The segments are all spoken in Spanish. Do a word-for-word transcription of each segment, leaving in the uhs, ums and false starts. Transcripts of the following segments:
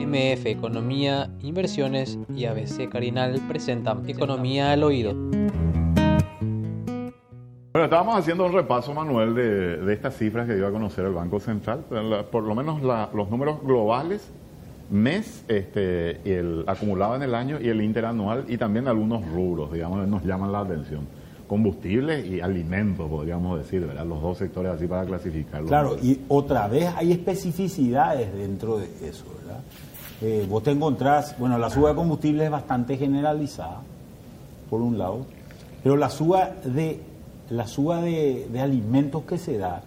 M F Economía, Inversiones y A B C Carinal presentan Economía al Oído. Bueno, estábamos haciendo un repaso, Manuel, de, de estas cifras que dio a conocer el Banco Central. La, por lo menos la, los números globales, mes este, y el acumulado en el año y el interanual, y también algunos rubros, digamos, nos llaman la atención. Combustibles y alimentos, podríamos decir, ¿verdad? Los dos sectores así para clasificarlos. Claro, y otra vez hay especificidades dentro de eso, ¿verdad? Eh, vos te encontrás, bueno, la suba de combustible es bastante generalizada, por un lado, pero la suba de la suba de, de alimentos que se da,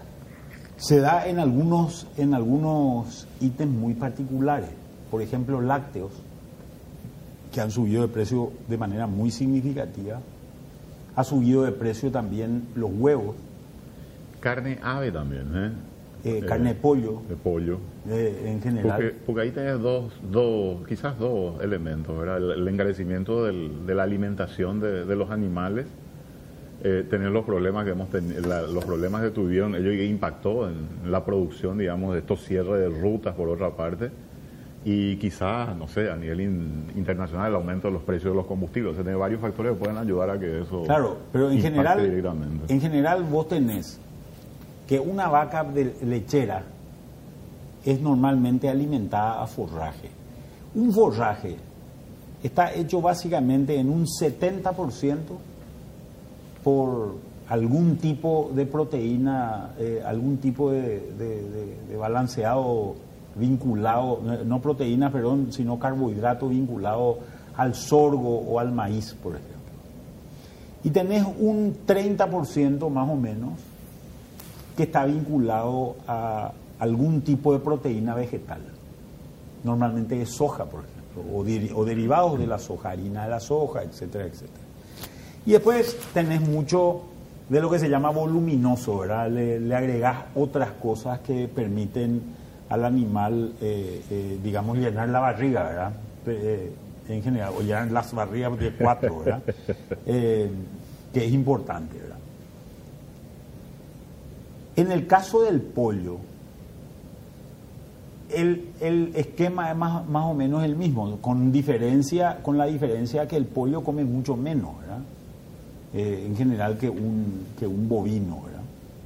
se da en algunos, en algunos ítems muy particulares. Por ejemplo, lácteos, que han subido de precio de manera muy significativa. Ha subido de precio también los huevos. Carne ave también, ¿eh? Eh, carne de pollo. De pollo. Eh, en general. Porque, porque ahí tenés dos, dos, quizás dos elementos, ¿verdad? El, el encarecimiento del, de la alimentación de, de los animales, eh, tener los problemas que hemos tenido, la, los problemas que tuvieron, ello impactó en la producción, digamos, de estos cierres de rutas, por otra parte. Y quizás, no sé, a nivel in, internacional el aumento de los precios de los combustibles. O sea, tiene varios factores que pueden ayudar a que eso claro, pero en general, directamente. En general vos tenés que una vaca de lechera es normalmente alimentada a forraje. Un forraje está hecho básicamente en un setenta por ciento por algún tipo de proteína, eh, algún tipo de, de, de, de balanceado vinculado, no proteína, perdón, sino carbohidrato vinculado al sorgo o al maíz, por ejemplo. Y tenés un treinta por ciento más o menos que está vinculado a algún tipo de proteína vegetal. Normalmente es soja, por ejemplo, o, de, o derivados de la soja, harina de la soja, etcétera, etcétera. Y después tenés mucho de lo que se llama voluminoso, ¿verdad? Le, le agregás otras cosas que permiten al animal, eh, eh, digamos, llenar la barriga, ¿verdad? Eh, en general, o llenar las barrigas de cuatro, ¿verdad? Eh, que es importante, ¿verdad? En el caso del pollo, el, el esquema es más, más o menos el mismo, con diferencia, con la diferencia que el pollo come mucho menos, ¿verdad? Eh, en general que un, que un bovino, ¿verdad?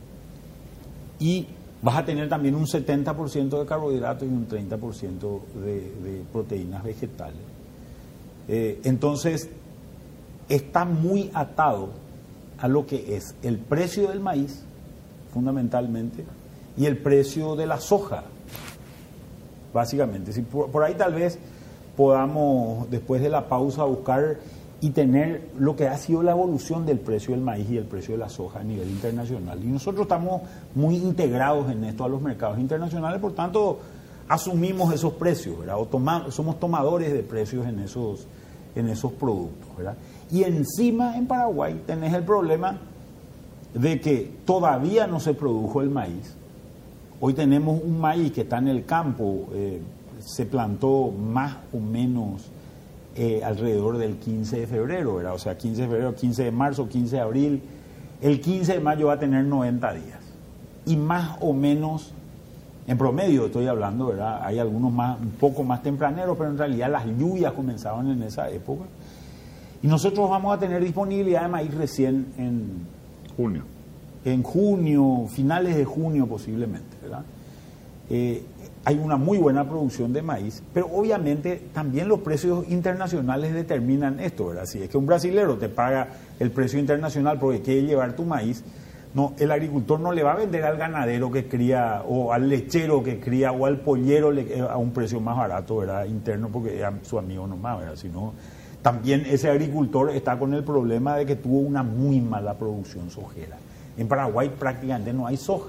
Y vas a tener también un setenta por ciento de carbohidratos y un treinta por ciento de, de proteínas vegetales. Eh, entonces, está muy atado a lo que es el precio del maíz, fundamentalmente, y el precio de la soja, básicamente. Si por, por ahí tal vez podamos, después de la pausa, buscar y tener lo que ha sido la evolución del precio del maíz y el precio de la soja a nivel internacional. Y nosotros estamos muy integrados en esto a los mercados internacionales, por tanto, asumimos esos precios, ¿verdad? O toma, somos tomadores de precios en esos, en esos productos, ¿verdad? Y encima, en Paraguay, tenés el problema de que todavía no se produjo el maíz. Hoy tenemos un maíz que está en el campo, eh, se plantó más o menos Eh, alrededor del quince de febrero, ¿verdad? O sea, quince de febrero, quince de marzo, quince de abril. El quince de mayo va a tener noventa días. Y más o menos, en promedio estoy hablando, ¿verdad? Hay algunos más, un poco más tempraneros, pero en realidad las lluvias comenzaban en esa época. Y nosotros vamos a tener disponibilidad de maíz recién en junio. En junio, finales de junio posiblemente, ¿verdad? Eh, Hay una muy buena producción de maíz, pero obviamente también los precios internacionales determinan esto, ¿verdad? Si es que un brasilero te paga el precio internacional porque quiere llevar tu maíz, no, el agricultor no le va a vender al ganadero que cría, o al lechero que cría, o al pollero a un precio más barato, ¿verdad? Interno, porque es su amigo nomás, ¿verdad? Sino, también ese agricultor está con el problema de que tuvo una muy mala producción sojera. En Paraguay prácticamente no hay soja.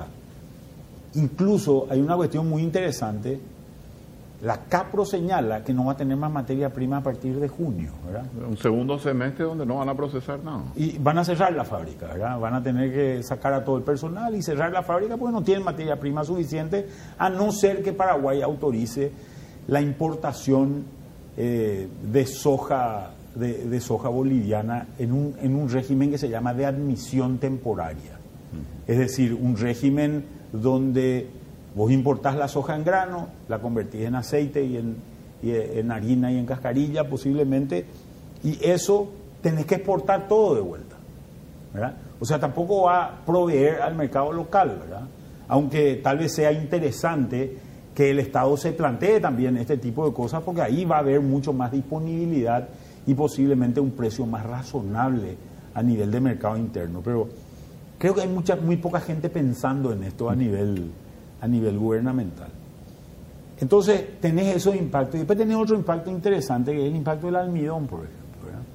Incluso hay una cuestión muy interesante, la Capro señala que no va a tener más materia prima a partir de junio, ¿verdad? Un segundo semestre donde no van a procesar nada. Y van a cerrar la fábrica, ¿verdad? Van a tener que sacar a todo el personal y cerrar la fábrica porque no tienen materia prima suficiente, a no ser que Paraguay autorice la importación eh, de soja de, de soja boliviana en un, en un régimen que se llama de admisión temporaria. Uh-huh. Es decir, un régimen donde Vos importás la soja en grano, la convertís en aceite y en, y en harina y en cascarilla posiblemente, y eso tenés que exportar todo de vuelta, ¿verdad? O sea, tampoco va a proveer al mercado local, ¿verdad? Aunque tal vez sea interesante que el Estado se plantee también este tipo de cosas, porque ahí va a haber mucho más disponibilidad y posiblemente un precio más razonable a nivel de mercado interno. Pero creo que hay mucha, muy poca gente pensando en esto a nivel, a nivel gubernamental. Entonces, tenés esos impactos. Y después tenés otro impacto interesante, que es el impacto del almidón, por ejemplo.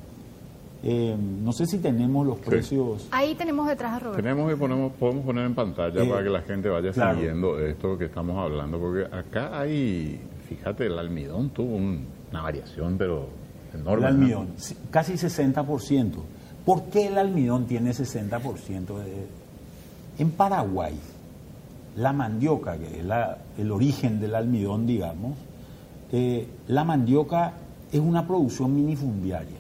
Eh, no sé si tenemos los precios. Sí. Ahí tenemos detrás a Roberto. Tenemos y ponemos, podemos poner en pantalla eh, para que la gente vaya claro. siguiendo esto que estamos hablando, porque acá hay, fíjate, el almidón tuvo un, una variación, pero enorme. El almidón, ¿no? Casi sesenta por ciento. ¿Por qué el almidón tiene sesenta por ciento? De... En Paraguay, la mandioca, que es la, el origen del almidón, digamos, eh, la mandioca es una producción minifundiaria.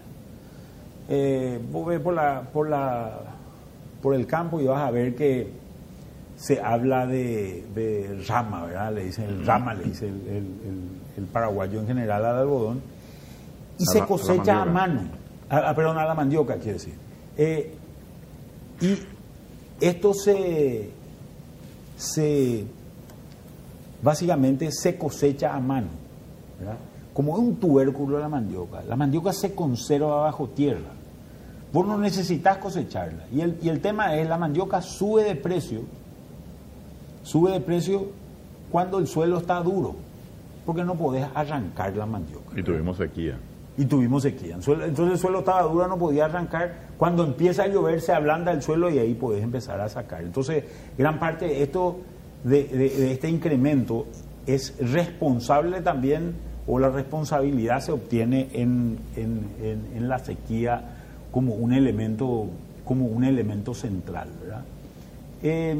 Eh, vos ves por, la, por, la, por el campo y vas a ver que se habla de, de rama, ¿verdad? Le dicen el rama, le dice el, el, el, el paraguayo en general al algodón, y a se la, cosecha a mano, a, a, perdón, a la mandioca, quiero decir. Eh, y esto se, se, básicamente se cosecha a mano, ¿verdad? Como es un tubérculo de la mandioca, la mandioca se conserva bajo tierra. Vos no necesitas cosecharla. Y el, y el tema es, la mandioca sube de precio, sube de precio cuando el suelo está duro, porque no podés arrancar la mandioca. Y tuvimos sequía. Y tuvimos sequía. Entonces el suelo estaba duro, no podía arrancar. Cuando empieza a llover se ablanda el suelo y ahí podés empezar a sacar. Entonces, gran parte de esto, de, de, de este incremento, es responsable también, o la responsabilidad se obtiene en, en, en, en la sequía como un elemento, como un elemento central, ¿verdad? Eh,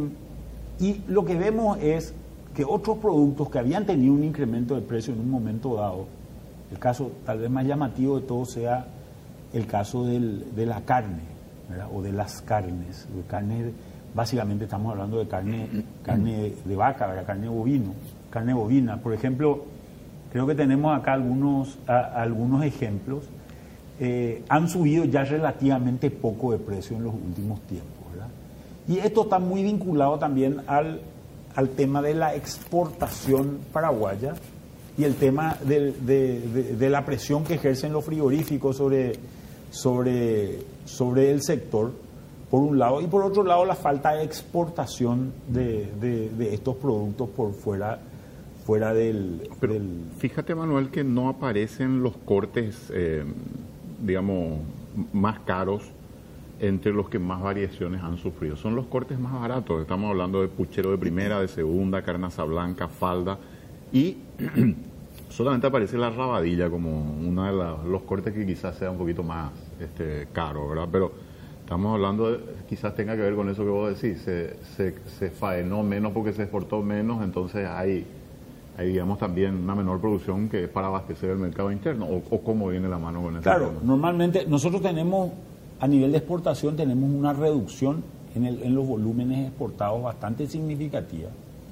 y lo que vemos es que otros productos que habían tenido un incremento de precio en un momento dado, el caso tal vez más llamativo de todo sea el caso del, de la carne, ¿verdad? O de las carnes. De carne, básicamente estamos hablando de carne, carne de vaca, ¿verdad? Carne bovino, carne bovina. Por ejemplo, creo que tenemos acá algunos, a, algunos ejemplos. Eh, han subido ya relativamente poco de precio en los últimos tiempos, ¿verdad? Y esto está muy vinculado también al, al tema de la exportación paraguaya y el tema de, de, de, de la presión que ejercen los frigoríficos sobre, sobre, sobre el sector, por un lado, y por otro lado la falta de exportación de, de, de estos productos por fuera fuera del, Pero del... Fíjate, Manuel, que no aparecen los cortes eh, digamos, más caros entre los que más variaciones han sufrido. Son los cortes más baratos. Estamos hablando de puchero de primera, de segunda, carnaza blanca, falda, y solamente aparece la rabadilla como uno de la, los cortes que quizás sea un poquito más este, caro, ¿verdad? Pero estamos hablando de, quizás tenga que ver con eso que vos decís, se, se, se faenó menos porque se exportó menos, entonces hay... hay, digamos, también una menor producción que es para abastecer el mercado interno, o, o cómo viene la mano con eso. Claro, tema? Normalmente nosotros tenemos, a nivel de exportación, tenemos una reducción en, el, en los volúmenes exportados bastante significativa,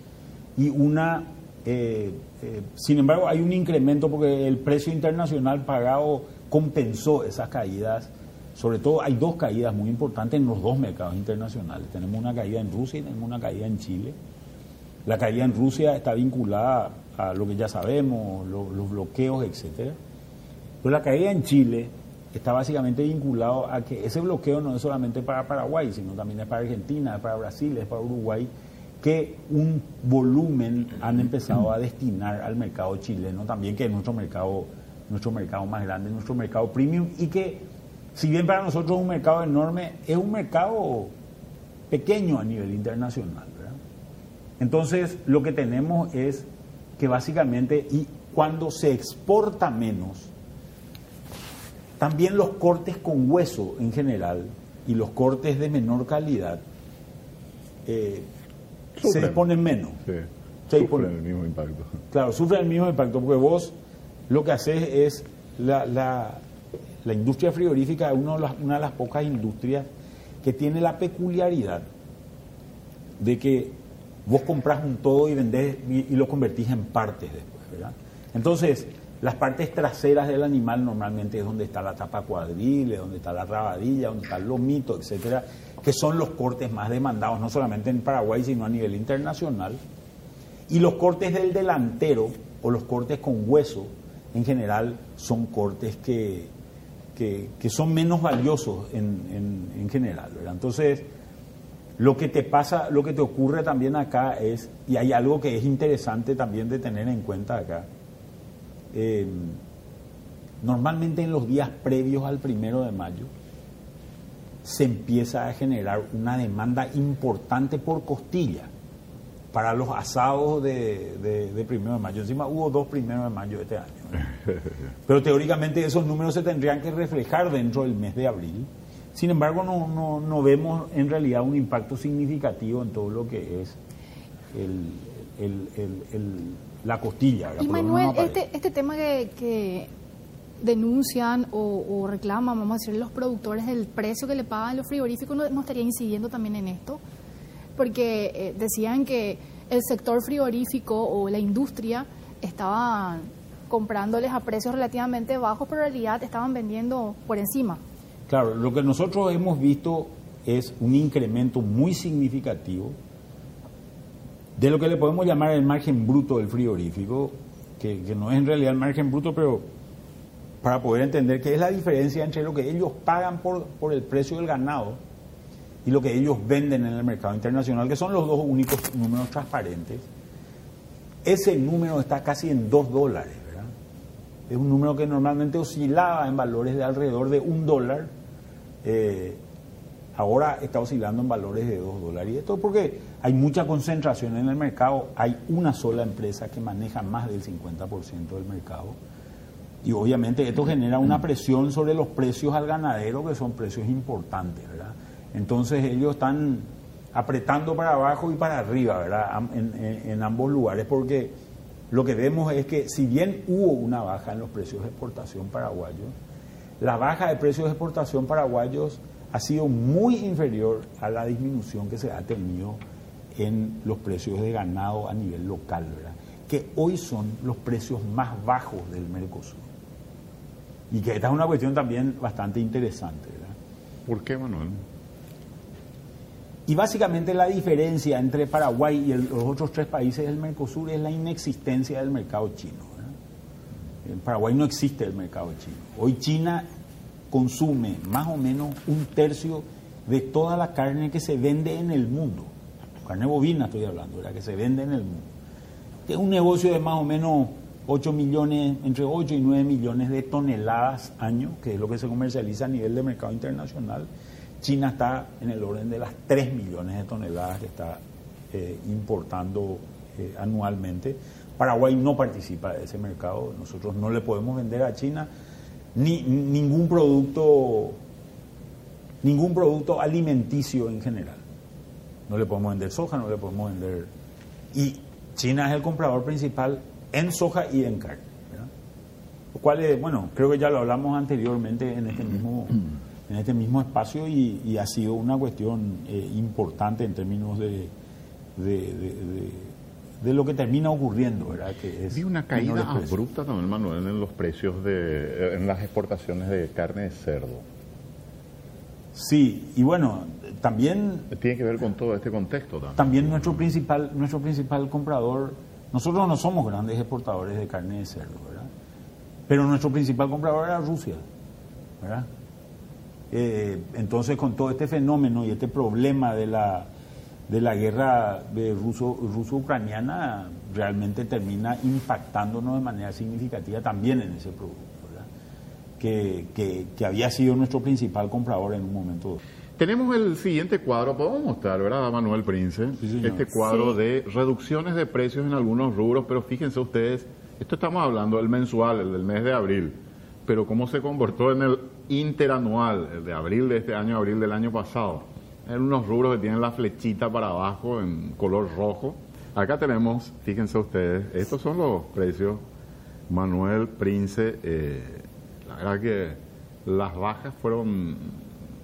y una, eh, eh, sin embargo, hay un incremento porque el precio internacional pagado compensó esas caídas. Sobre todo hay dos caídas muy importantes en los dos mercados internacionales. Tenemos una caída en Rusia y tenemos una caída en Chile. La caída en Rusia está vinculada a lo que ya sabemos, lo, los bloqueos, etcétera. Pero la caída en Chile está básicamente vinculado a que ese bloqueo no es solamente para Paraguay, sino también es para Argentina, es para Brasil, es para Uruguay, que un volumen han empezado a destinar al mercado chileno también, que es nuestro mercado, nuestro mercado más grande, nuestro mercado premium, y que, si bien para nosotros es un mercado enorme, es un mercado pequeño a nivel internacional, ¿verdad? Entonces, lo que tenemos es que básicamente, y cuando se exporta menos, también los cortes con hueso en general y los cortes de menor calidad eh, se exponen menos. Sí, se sufren el mismo impacto. Claro, sufren el mismo impacto, porque vos lo que haces es, la, la, la industria frigorífica es una de, las, una de las pocas industrias que tiene la peculiaridad de que vos compras un todo y vendés y, y lo convertís en partes después, ¿verdad? Entonces, las partes traseras del animal normalmente es donde está la tapa cuadril, es donde está la rabadilla, donde está el lomito, etcétera, que son los cortes más demandados, no solamente en Paraguay, sino a nivel internacional. Y los cortes del delantero, o los cortes con hueso, en general, son cortes que, que, que son menos valiosos en, en, en general, ¿verdad? Entonces, lo que te pasa, lo que te ocurre también acá es, y hay algo que es interesante también de tener en cuenta acá, eh, normalmente en los días previos al primero de mayo se empieza a generar una demanda importante por costilla para los asados de, de, de primero de mayo. Encima hubo dos primeros de mayo este año, ¿no? Pero teóricamente esos números se tendrían que reflejar dentro del mes de abril. Sin embargo, no, no, no vemos en realidad un impacto significativo en todo lo que es el, el, el, el, la costilla. Y Manuel, este, este tema que, que denuncian o, o reclaman, vamos a decir, los productores del precio que le pagan los frigoríficos, ¿no, no estaría incidiendo también en esto? Porque eh, decían que el sector frigorífico o la industria estaba comprándoles a precios relativamente bajos, pero en realidad estaban vendiendo por encima. Claro, lo que nosotros hemos visto es un incremento muy significativo de lo que le podemos llamar el margen bruto del frigorífico, que, que no es en realidad el margen bruto, pero para poder entender qué es la diferencia entre lo que ellos pagan por, por el precio del ganado y lo que ellos venden en el mercado internacional, que son los dos únicos números transparentes. Ese número está casi en dos dólares, ¿verdad? Es un número que normalmente oscilaba en valores de alrededor de un dólar, eh, ahora está oscilando en valores de dos dólares. Y esto porque hay mucha concentración en el mercado, hay una sola empresa que maneja más del cincuenta por ciento del mercado. Y obviamente esto genera una presión sobre los precios al ganadero, que son precios importantes, ¿verdad? Entonces ellos están apretando para abajo y para arriba, ¿verdad? En, en, en ambos lugares, porque lo que vemos es que si bien hubo una baja en los precios de exportación paraguayos, la baja de precios de exportación paraguayos ha sido muy inferior a la disminución que se ha tenido en los precios de ganado a nivel local, ¿verdad? Que hoy son los precios más bajos del Mercosur. Y que esta es una cuestión también bastante interesante, ¿verdad? ¿Por qué, Manuel? Y básicamente la diferencia entre Paraguay y el, los otros tres países del Mercosur es la inexistencia del mercado chino, ¿verdad? En Paraguay no existe el mercado chino. Hoy China consume más o menos un tercio de toda la carne que se vende en el mundo. Carne bovina estoy hablando, ¿verdad? Que se vende en el mundo. Es un negocio de más o menos ocho millones, entre ocho y nueve millones de toneladas año, que es lo que se comercializa a nivel de mercado internacional. China está en el orden de las tres millones de toneladas que está eh, importando eh, anualmente. Paraguay no participa de ese mercado. Nosotros no le podemos vender a China ni ningún producto, ningún producto alimenticio en general. No le podemos vender soja, no le podemos vender... Y China es el comprador principal en soja y en carne, ¿verdad? Lo cual es, bueno, creo que ya lo hablamos anteriormente en este mismo... en este mismo espacio y, y ha sido una cuestión eh, importante en términos de, de, de, de, de lo que termina ocurriendo, ¿verdad? Que es Vi una caída abrupta también, Manuel, en los precios de, en las exportaciones de carne de cerdo. Sí, y bueno, también... Tiene que ver con todo este contexto también. También nuestro principal, nuestro principal comprador, nosotros no somos grandes exportadores de carne de cerdo, ¿verdad? Pero nuestro principal comprador era Rusia, ¿verdad? Eh, entonces, con todo este fenómeno y este problema de la de la guerra de ruso ruso-ucraniana, realmente termina impactándonos de manera significativa también en ese producto, ¿verdad? Que, que, que había sido nuestro principal comprador en un momento. Tenemos el siguiente cuadro, podemos mostrar, ¿verdad, Manuel Prince? Sí, este cuadro sí. de reducciones de precios en algunos rubros, pero fíjense ustedes, esto estamos hablando del mensual, el del mes de abril, pero cómo se comportó en el interanual, el de abril de este año, abril del año pasado. En unos rubros que tienen la flechita para abajo en color rojo. Acá tenemos, fíjense ustedes, estos son los precios, Manuel Prince. Eh, la verdad que las bajas fueron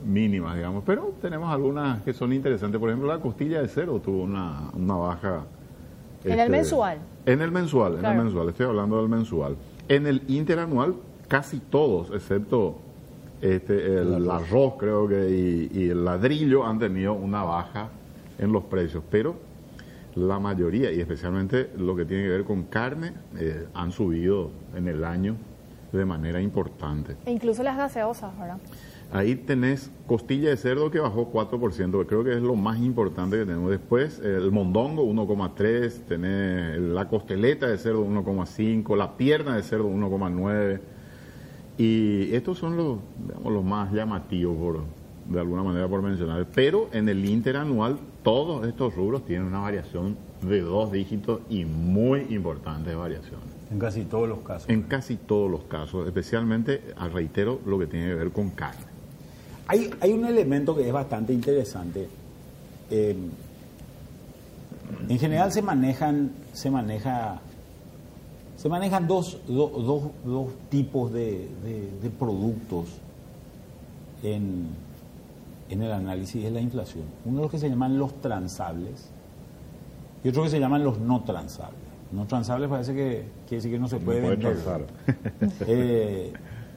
mínimas, digamos, pero tenemos algunas que son interesantes. Por ejemplo, la costilla de cerdo tuvo una, una baja. En este, el mensual. En el mensual, Claro. en el mensual, estoy hablando del mensual. En el interanual, casi todos, excepto este, el, el arroz, creo que, y, y el ladrillo, han tenido una baja en los precios, pero la mayoría, y especialmente lo que tiene que ver con carne, eh, han subido en el año de manera importante. E incluso las gaseosas, ¿verdad? Ahí tenés costilla de cerdo que bajó cuatro por ciento, que creo que es lo más importante que tenemos. Después el mondongo uno coma tres, tenés la costeleta de cerdo uno coma cinco, la pierna de cerdo uno coma nueve. Y estos son los, digamos, los más llamativos, por, de alguna manera por mencionar. Pero en el interanual todos estos rubros tienen una variación de dos dígitos y muy importantes variaciones. En casi todos los casos. En casi todos los casos, especialmente, reitero, lo que tiene que ver con carne. Hay, hay un elemento que es bastante interesante. Eh, en general se manejan, se maneja, se manejan dos, do, dos, dos tipos de, de, de productos en, en el análisis de la inflación. Uno de los que se llaman los transables y otro que se llaman los no transables. No transables parece que quiere decir que no se puede, no puede vender. transar. Eh,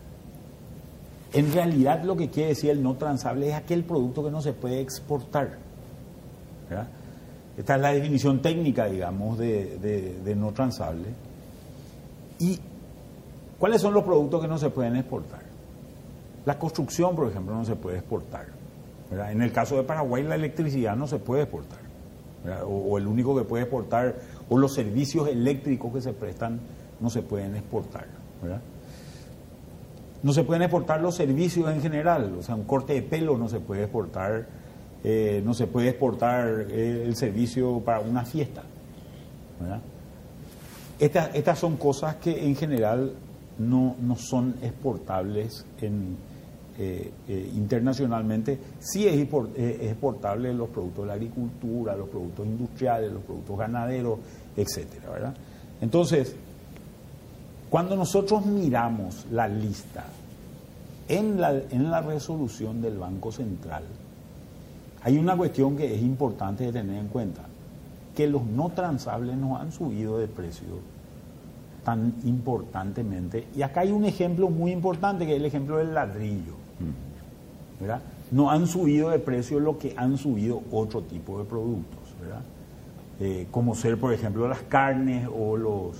en realidad lo que quiere decir el no transable es aquel producto que no se puede exportar, ¿verdad? Esta es la definición técnica, digamos, de, de, de no transable. ¿Y cuáles son los productos que no se pueden exportar? La construcción, por ejemplo, no se puede exportar, ¿verdad? En el caso de Paraguay, la electricidad no se puede exportar, ¿verdad? O, o el único que puede exportar, o los servicios eléctricos que se prestan, no se pueden exportar, ¿verdad? No se pueden exportar los servicios en general, o sea, un corte de pelo no se puede exportar, eh, no se puede exportar eh, el servicio para una fiesta, ¿verdad? Estas, estas son cosas que en general no, no son exportables en, eh, eh, internacionalmente. Sí es, import, eh, es exportable los productos de la agricultura, los productos industriales, los productos ganaderos, etcétera, ¿verdad? Entonces, cuando nosotros miramos la lista en la, en la resolución del Banco Central, hay una cuestión que es importante de tener en cuenta, que los no transables no han subido de precio tan importantemente. Y acá hay un ejemplo muy importante, que es el ejemplo del ladrillo, ¿verdad? No han subido de precio lo que han subido otro tipo de productos, ¿verdad? Eh, como ser, por ejemplo, las carnes o los...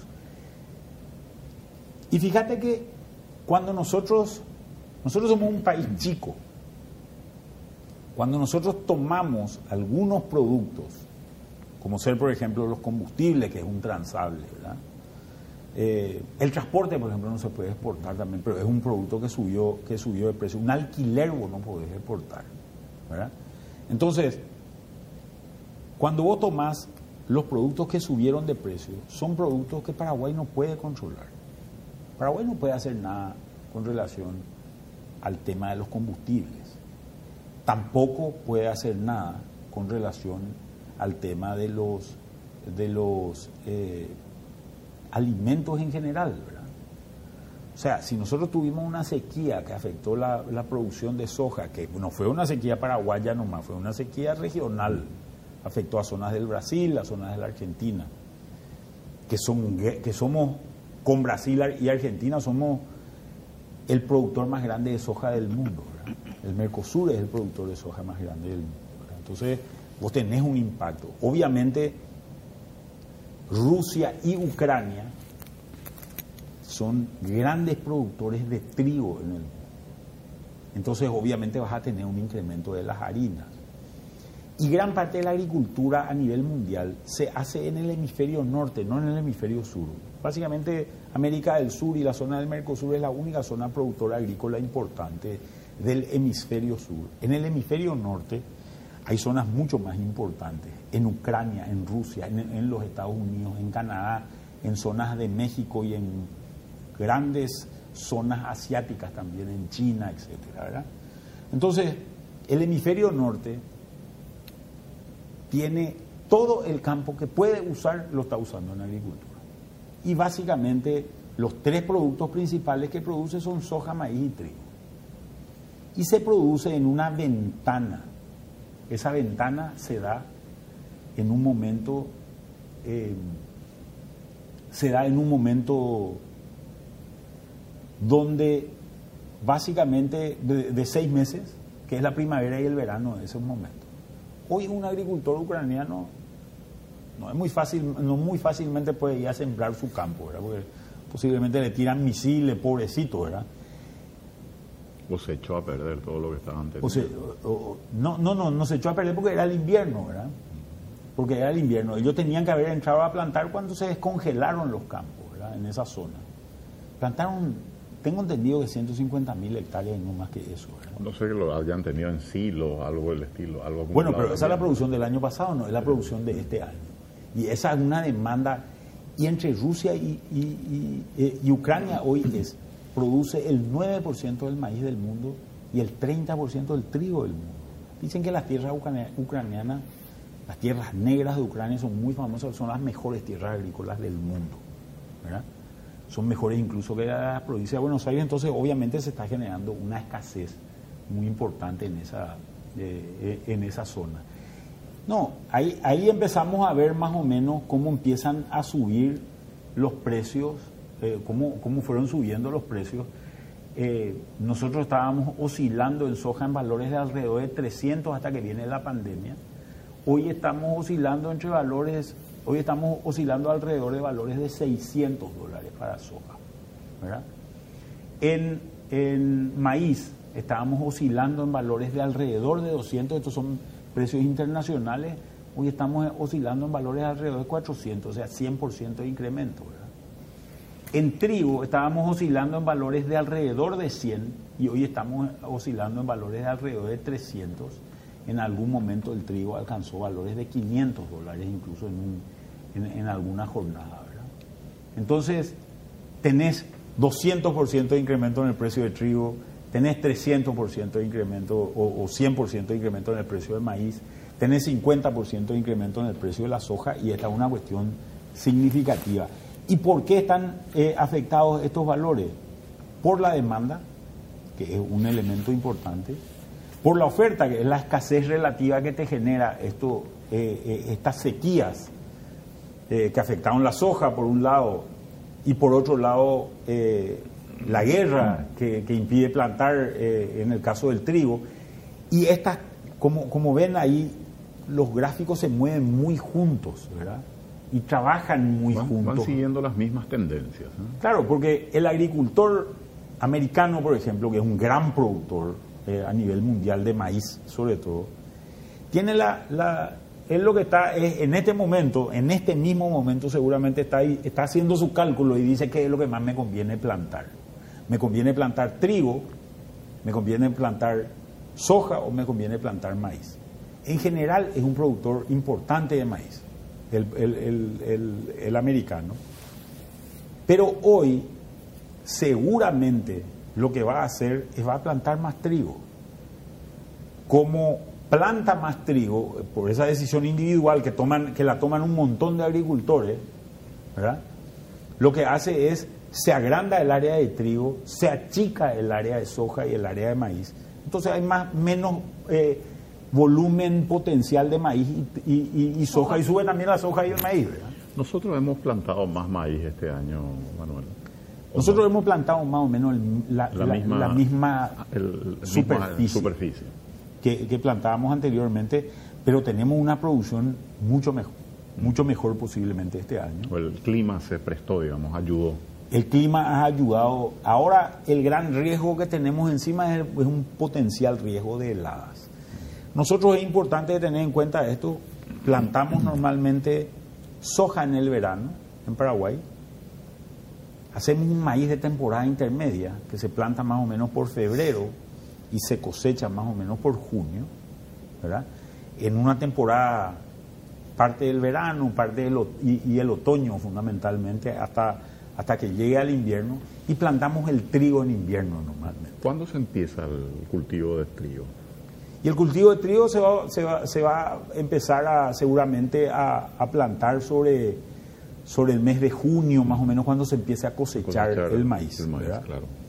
Y fíjate que cuando nosotros, nosotros somos un país chico, cuando nosotros tomamos algunos productos, como ser, por ejemplo, los combustibles, que es un transable, ¿verdad? Eh, el transporte, por ejemplo, no se puede exportar también, pero es un producto que subió, que subió de precio. Un alquiler vos no podés exportar, ¿verdad? Entonces, cuando vos tomás los productos que subieron de precio, son productos que Paraguay no puede controlar. Paraguay no puede hacer nada con relación al tema de los combustibles. Tampoco puede hacer nada con relación al tema de los, de los eh, alimentos en general, ¿verdad? O sea, si nosotros tuvimos una sequía que afectó la, la producción de soja, que no fue una sequía paraguaya nomás, fue una sequía regional, afectó a zonas del Brasil, a zonas de la Argentina, que, son, que somos... Con Brasil y Argentina somos el productor más grande de soja del mundo, ¿verdad? El Mercosur es el productor de soja más grande del mundo, ¿verdad? Entonces, vos tenés un impacto. Obviamente, Rusia y Ucrania son grandes productores de trigo en el mundo. Entonces, obviamente, vas a tener un incremento de las harinas. Y gran parte de la agricultura a nivel mundial se hace en el hemisferio norte, no en el hemisferio sur. Básicamente, América del Sur y la zona del Mercosur es la única zona productora agrícola importante del hemisferio sur. En el hemisferio norte hay zonas mucho más importantes, en Ucrania, en Rusia, en, en los Estados Unidos, en Canadá, en zonas de México y en grandes zonas asiáticas también, en China, etcétera, ¿verdad? Entonces, el hemisferio norte tiene todo el campo que puede usar, lo está usando en agricultura. Y básicamente los tres productos principales que produce son soja, maíz y trigo. y se produce en una ventana. Esa ventana se da en un momento, eh, se da en un momento donde básicamente de, de seis meses, que es la primavera y el verano de ese momento. Hoy un agricultor ucraniano no es muy fácil, no muy fácilmente puede ir a sembrar su campo, ¿verdad? Porque posiblemente le tiran misiles, pobrecito, ¿verdad? O se echó a perder todo lo que estaban teniendo. O se, o, o, no, no, no, no se echó a perder porque era el invierno, ¿verdad? Porque era el invierno. Ellos tenían que haber entrado a plantar cuando se descongelaron los campos, ¿verdad? En esa zona. Plantaron, tengo entendido que ciento cincuenta mil hectáreas y no más que eso, ¿verdad? No sé que lo hayan tenido en silos, algo del estilo, algo bueno, pero esa es la producción del año pasado, no es la producción de este año. Y esa es una demanda. Y entre Rusia y, y, y, y Ucrania hoy es, produce el nueve por ciento del maíz del mundo y el treinta por ciento del trigo del mundo. Dicen que las tierras ucranianas, las tierras negras de Ucrania son muy famosas, son las mejores tierras agrícolas del mundo, ¿verdad? Son mejores incluso que la provincia de Buenos Aires, entonces obviamente se está generando una escasez muy importante en esa, eh, en esa zona. No, ahí, ahí empezamos a ver más o menos cómo empiezan a subir los precios, eh, cómo, cómo fueron subiendo los precios. Eh, nosotros estábamos oscilando en soja en valores de alrededor de trescientos hasta que viene la pandemia. Hoy estamos oscilando entre valores, hoy estamos oscilando alrededor de valores de seiscientos dólares para soja, ¿verdad? En, en maíz estábamos oscilando en valores de alrededor de doscientos, estos son precios internacionales, hoy estamos oscilando en valores de alrededor de cuatrocientos, o sea, cien por ciento de incremento, ¿verdad? En trigo estábamos oscilando en valores de alrededor de cien y hoy estamos oscilando en valores de alrededor de trescientos. En algún momento el trigo alcanzó valores de quinientos dólares incluso en, un, en, en alguna jornada, ¿verdad? Entonces, tenés doscientos por ciento de incremento en el precio de trigo, tenés trescientos por ciento de incremento o, o cien por ciento de incremento en el precio del maíz, tenés cincuenta por ciento de incremento en el precio de la soja y esta es una cuestión significativa. ¿Y por qué están eh, afectados estos valores? Por la demanda, que es un elemento importante, por la oferta, que es la escasez relativa que te genera esto, eh, eh, estas sequías eh, que afectaron la soja por un lado y por otro lado eh, la guerra que, que impide plantar eh, en el caso del trigo. Y estas, como, como ven ahí, los gráficos se mueven muy juntos, ¿verdad? Y trabajan muy van, juntos. Van siguiendo las mismas tendencias, ¿no? Claro, porque el agricultor americano, por ejemplo, que es un gran productor eh, a nivel mundial de maíz, sobre todo, tiene la, la él lo que está es, en este momento, en este mismo momento seguramente está, está haciendo su cálculo y dice qué es lo que más me conviene plantar. Me conviene plantar trigo, me conviene plantar soja o me conviene plantar maíz. En general es un productor importante de maíz, el, el, el, el, el americano. Pero hoy seguramente lo que va a hacer es va a plantar más trigo. Como planta más trigo, por esa decisión individual que toman, que la toman un montón de agricultores, ¿verdad? Lo que hace es se agranda el área de trigo, se achica el área de soja y el área de maíz. Entonces hay más menos eh, volumen potencial de maíz y, y, y, y soja, y sube también la soja y el maíz, ¿verdad? Nosotros hemos plantado más maíz este año, Manuel. Nosotros hemos plantado más o menos el, la, la, la misma, la misma el, superficie, misma superficie. Que, que plantábamos anteriormente, pero tenemos una producción mucho mejor, mucho mejor posiblemente este año. El clima se prestó, digamos, ayudó. El clima ha ayudado. Ahora el gran riesgo que tenemos encima es, es un potencial riesgo de heladas. Nosotros es importante tener en cuenta esto. Plantamos normalmente soja en el verano en Paraguay. Hacemos un maíz de temporada intermedia que se planta más o menos por febrero y se cosecha más o menos por junio, ¿verdad? En una temporada, parte del verano, parte del, y, y el otoño fundamentalmente, hasta, hasta que llegue al invierno, y plantamos el trigo en invierno normalmente. ¿Cuándo se empieza el cultivo de trigo? Y el cultivo de trigo se va, se va, se va a empezar a, seguramente a, a plantar sobre, sobre el mes de junio, más o menos, cuando se empiece a cosechar, cosechar el maíz, el maíz, ¿verdad? Claro.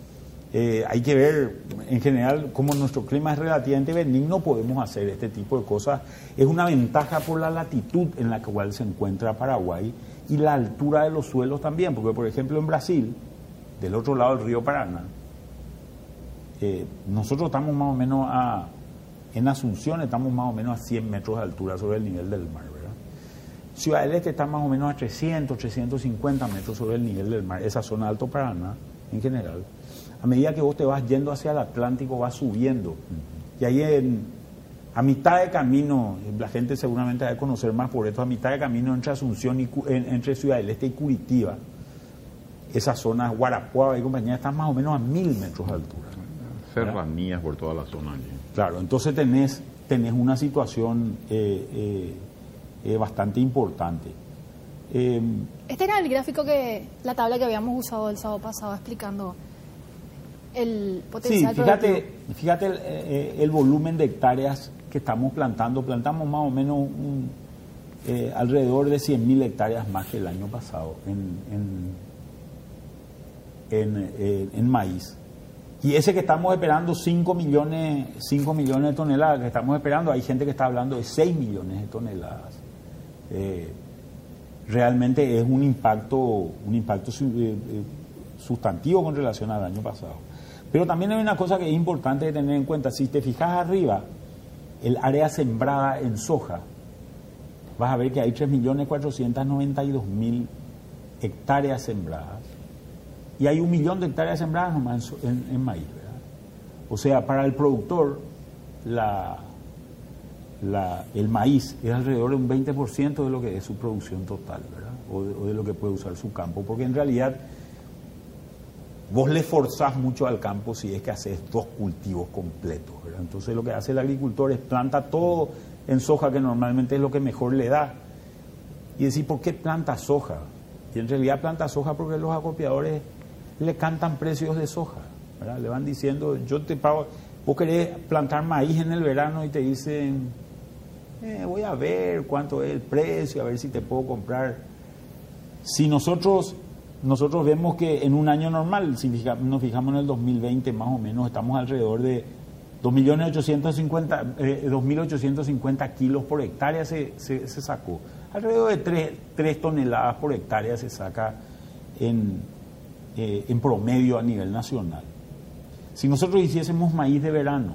Eh, hay que ver, en general, como nuestro clima es relativamente benigno, podemos hacer este tipo de cosas. Es una ventaja por la latitud en la cual se encuentra Paraguay y la altura de los suelos también, porque por ejemplo en Brasil, del otro lado del río Paraná, eh, nosotros estamos más o menos a, en Asunción estamos más o menos a cien metros de altura sobre el nivel del mar, ¿verdad? Ciudad del Este está más o menos a trescientos, trescientos cincuenta metros sobre el nivel del mar, esa zona de Alto Paraná en general. A medida que vos te vas yendo hacia el Atlántico, vas subiendo. Y ahí en, a mitad de camino, la gente seguramente debe conocer más por esto, a mitad de camino entre Asunción y en, entre Ciudad del Este y Curitiba, esas zonas, Guarapuava y compañía, están más o menos a mil metros de altura. Serranías por toda la zona allí. Claro, entonces tenés, tenés una situación eh, eh, eh, bastante importante. Eh, este era el gráfico que, la tabla que habíamos usado el sábado pasado explicando el potencial. Sí, fíjate, fíjate el, eh, el volumen de hectáreas que estamos plantando. Plantamos más o menos un, eh, alrededor de cien mil hectáreas más que el año pasado en, en, en, eh, en maíz. Y ese que estamos esperando, cinco millones, cinco millones de toneladas que estamos esperando, hay gente que está hablando de seis millones de toneladas. Eh, realmente es un impacto, un impacto eh, sustantivo con relación al año pasado. Pero también hay una cosa que es importante de tener en cuenta. Si te fijas arriba, el área sembrada en soja, vas a ver que hay tres millones cuatrocientos noventa y dos mil hectáreas sembradas. Y hay un millón de hectáreas sembradas nomás en, en, en maíz, ¿verdad? O sea, para el productor, la, la, el maíz es alrededor de un veinte por ciento de lo que es su producción total, ¿verdad? O de, o de lo que puede usar su campo. Porque en realidad vos le forzás mucho al campo si es que haces dos cultivos completos, ¿verdad? Entonces lo que hace el agricultor es planta todo en soja, que normalmente es lo que mejor le da. Y decir, ¿por qué planta soja? Y en realidad planta soja porque los acopiadores le cantan precios de soja, ¿verdad? Le van diciendo, yo te pago, vos querés plantar maíz en el verano y te dicen, eh, voy a ver cuánto es el precio, a ver si te puedo comprar. Si nosotros, nosotros vemos que en un año normal, si fija, nos fijamos en el dos mil veinte más o menos, estamos alrededor de dos millones ochocientos cincuenta, eh, dos mil ochocientos cincuenta kilos por hectárea se, se, se sacó. Alrededor de tres toneladas por hectárea se saca en, eh, en promedio a nivel nacional. Si nosotros hiciésemos maíz de verano,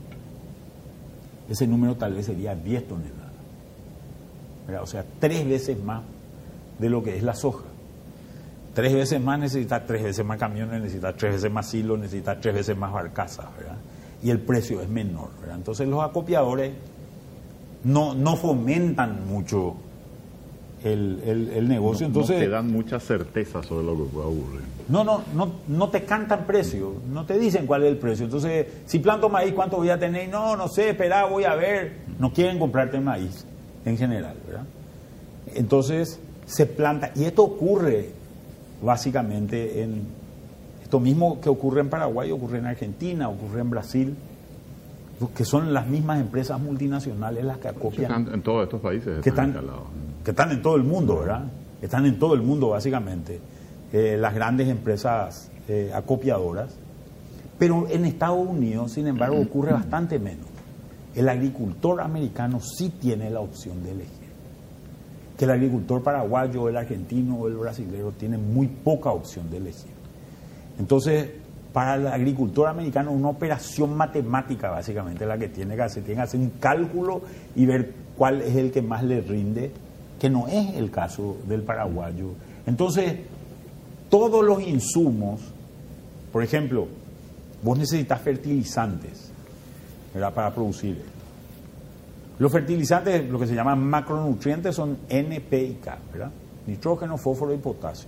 ese número tal vez sería diez toneladas, ¿verdad? O sea, tres veces más de lo que es la soja. Tres veces más necesita tres veces más camiones, necesita tres veces más silos, necesita tres veces más barcazas, ¿verdad? Y el precio es menor, ¿verdad? Entonces los acopiadores no, no fomentan mucho el, el, el negocio. No, entonces no te dan mucha certeza sobre lo que puede ocurrir. No, no, no, no te cantan precio, no te dicen cuál es el precio. Entonces, si planto maíz, ¿cuánto voy a tener? No, no sé, espera, voy a ver. No quieren comprarte maíz en general, ¿verdad? Entonces, se planta, y esto ocurre básicamente en, esto mismo que ocurre en Paraguay, ocurre en Argentina, ocurre en Brasil, que son las mismas empresas multinacionales las que acopian. Están en todos estos países. Que están, que están en todo el mundo, ¿verdad? Están en todo el mundo, básicamente, eh, las grandes empresas eh, acopiadoras. Pero en Estados Unidos, sin embargo, ocurre bastante menos. El agricultor americano sí tiene la opción de elegir. Que el agricultor paraguayo, el argentino o el brasilero tiene muy poca opción de elegir. Entonces, para el agricultor americano, una operación matemática básicamente la que tiene que hacer, tiene que hacer un cálculo y ver cuál es el que más le rinde, que no es el caso del paraguayo. Entonces, todos los insumos, por ejemplo, vos necesitas fertilizantes, ¿verdad?, para producir esto. Los fertilizantes, lo que se llaman macronutrientes, son N, P y K, ¿verdad? Nitrógeno, fósforo y potasio.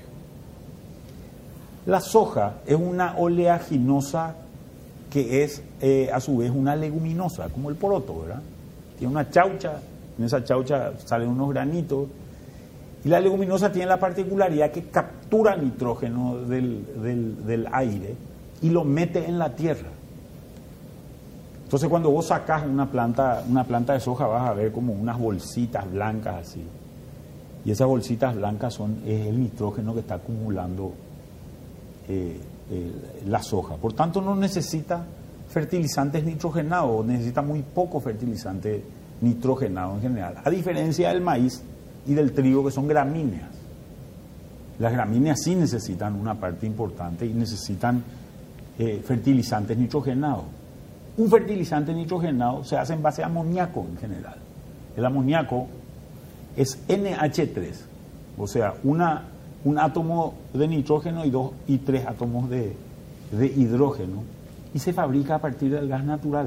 La soja es una oleaginosa que es eh, a su vez una leguminosa, como el poroto, ¿verdad? Tiene una chaucha, en esa chaucha salen unos granitos, y la leguminosa tiene la particularidad que captura nitrógeno del, del, del aire y lo mete en la tierra. Entonces cuando vos sacás una planta, una planta de soja, vas a ver como unas bolsitas blancas así, y esas bolsitas blancas son es el nitrógeno que está acumulando Eh, eh, la soja. Por tanto, no necesita fertilizantes nitrogenados, necesita muy poco fertilizante nitrogenado en general, a diferencia del maíz y del trigo, que son gramíneas. Las gramíneas sí necesitan una parte importante y necesitan eh, fertilizantes nitrogenados. Un fertilizante nitrogenado se hace en base a amoníaco en general. El amoníaco es N H tres, o sea, una, un átomo de nitrógeno y, dos, y tres átomos de, de hidrógeno, y se fabrica a partir del gas natural.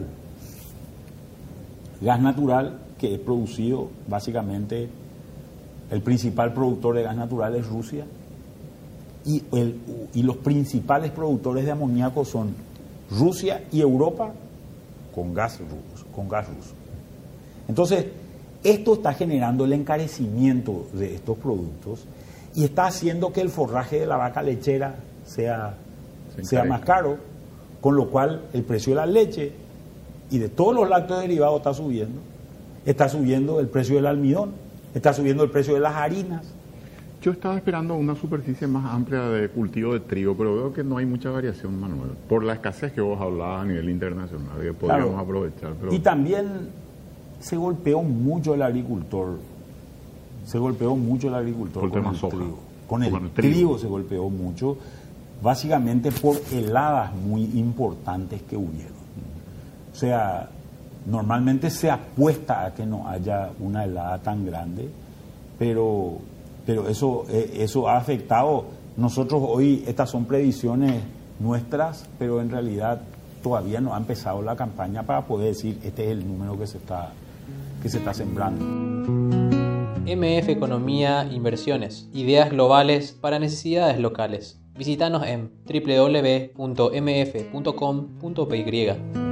Gas natural que es producido básicamente, el principal productor de gas natural es Rusia, y, el, y los principales productores de amoníaco son Rusia y Europa con gas ruso. Con gas ruso. Entonces, esto está generando el encarecimiento de estos productos y está haciendo que el forraje de la vaca lechera sea, sea más caro, con lo cual el precio de la leche y de todos los lácteos derivados está subiendo. Está subiendo el precio del almidón, está subiendo el precio de las harinas. Yo estaba esperando una superficie más amplia de cultivo de trigo, pero veo que no hay mucha variación, Manuel, por la escasez que vos hablabas a nivel internacional, que podríamos claro. aprovechar. Pero... Y también se golpeó mucho el agricultor, se golpeó mucho el agricultor por con el, el soja. trigo. Con el, con el trigo. trigo se golpeó mucho, básicamente por heladas muy importantes que hubieron. O sea, normalmente se apuesta a que no haya una helada tan grande, pero, pero eso, eso ha afectado. Nosotros hoy, estas son previsiones nuestras, pero en realidad todavía no ha empezado la campaña para poder decir este es el número que se está, que se está sembrando. M F Economía Inversiones, ideas globales para necesidades locales. Visítanos en doble u doble u doble u punto m f punto com punto p y.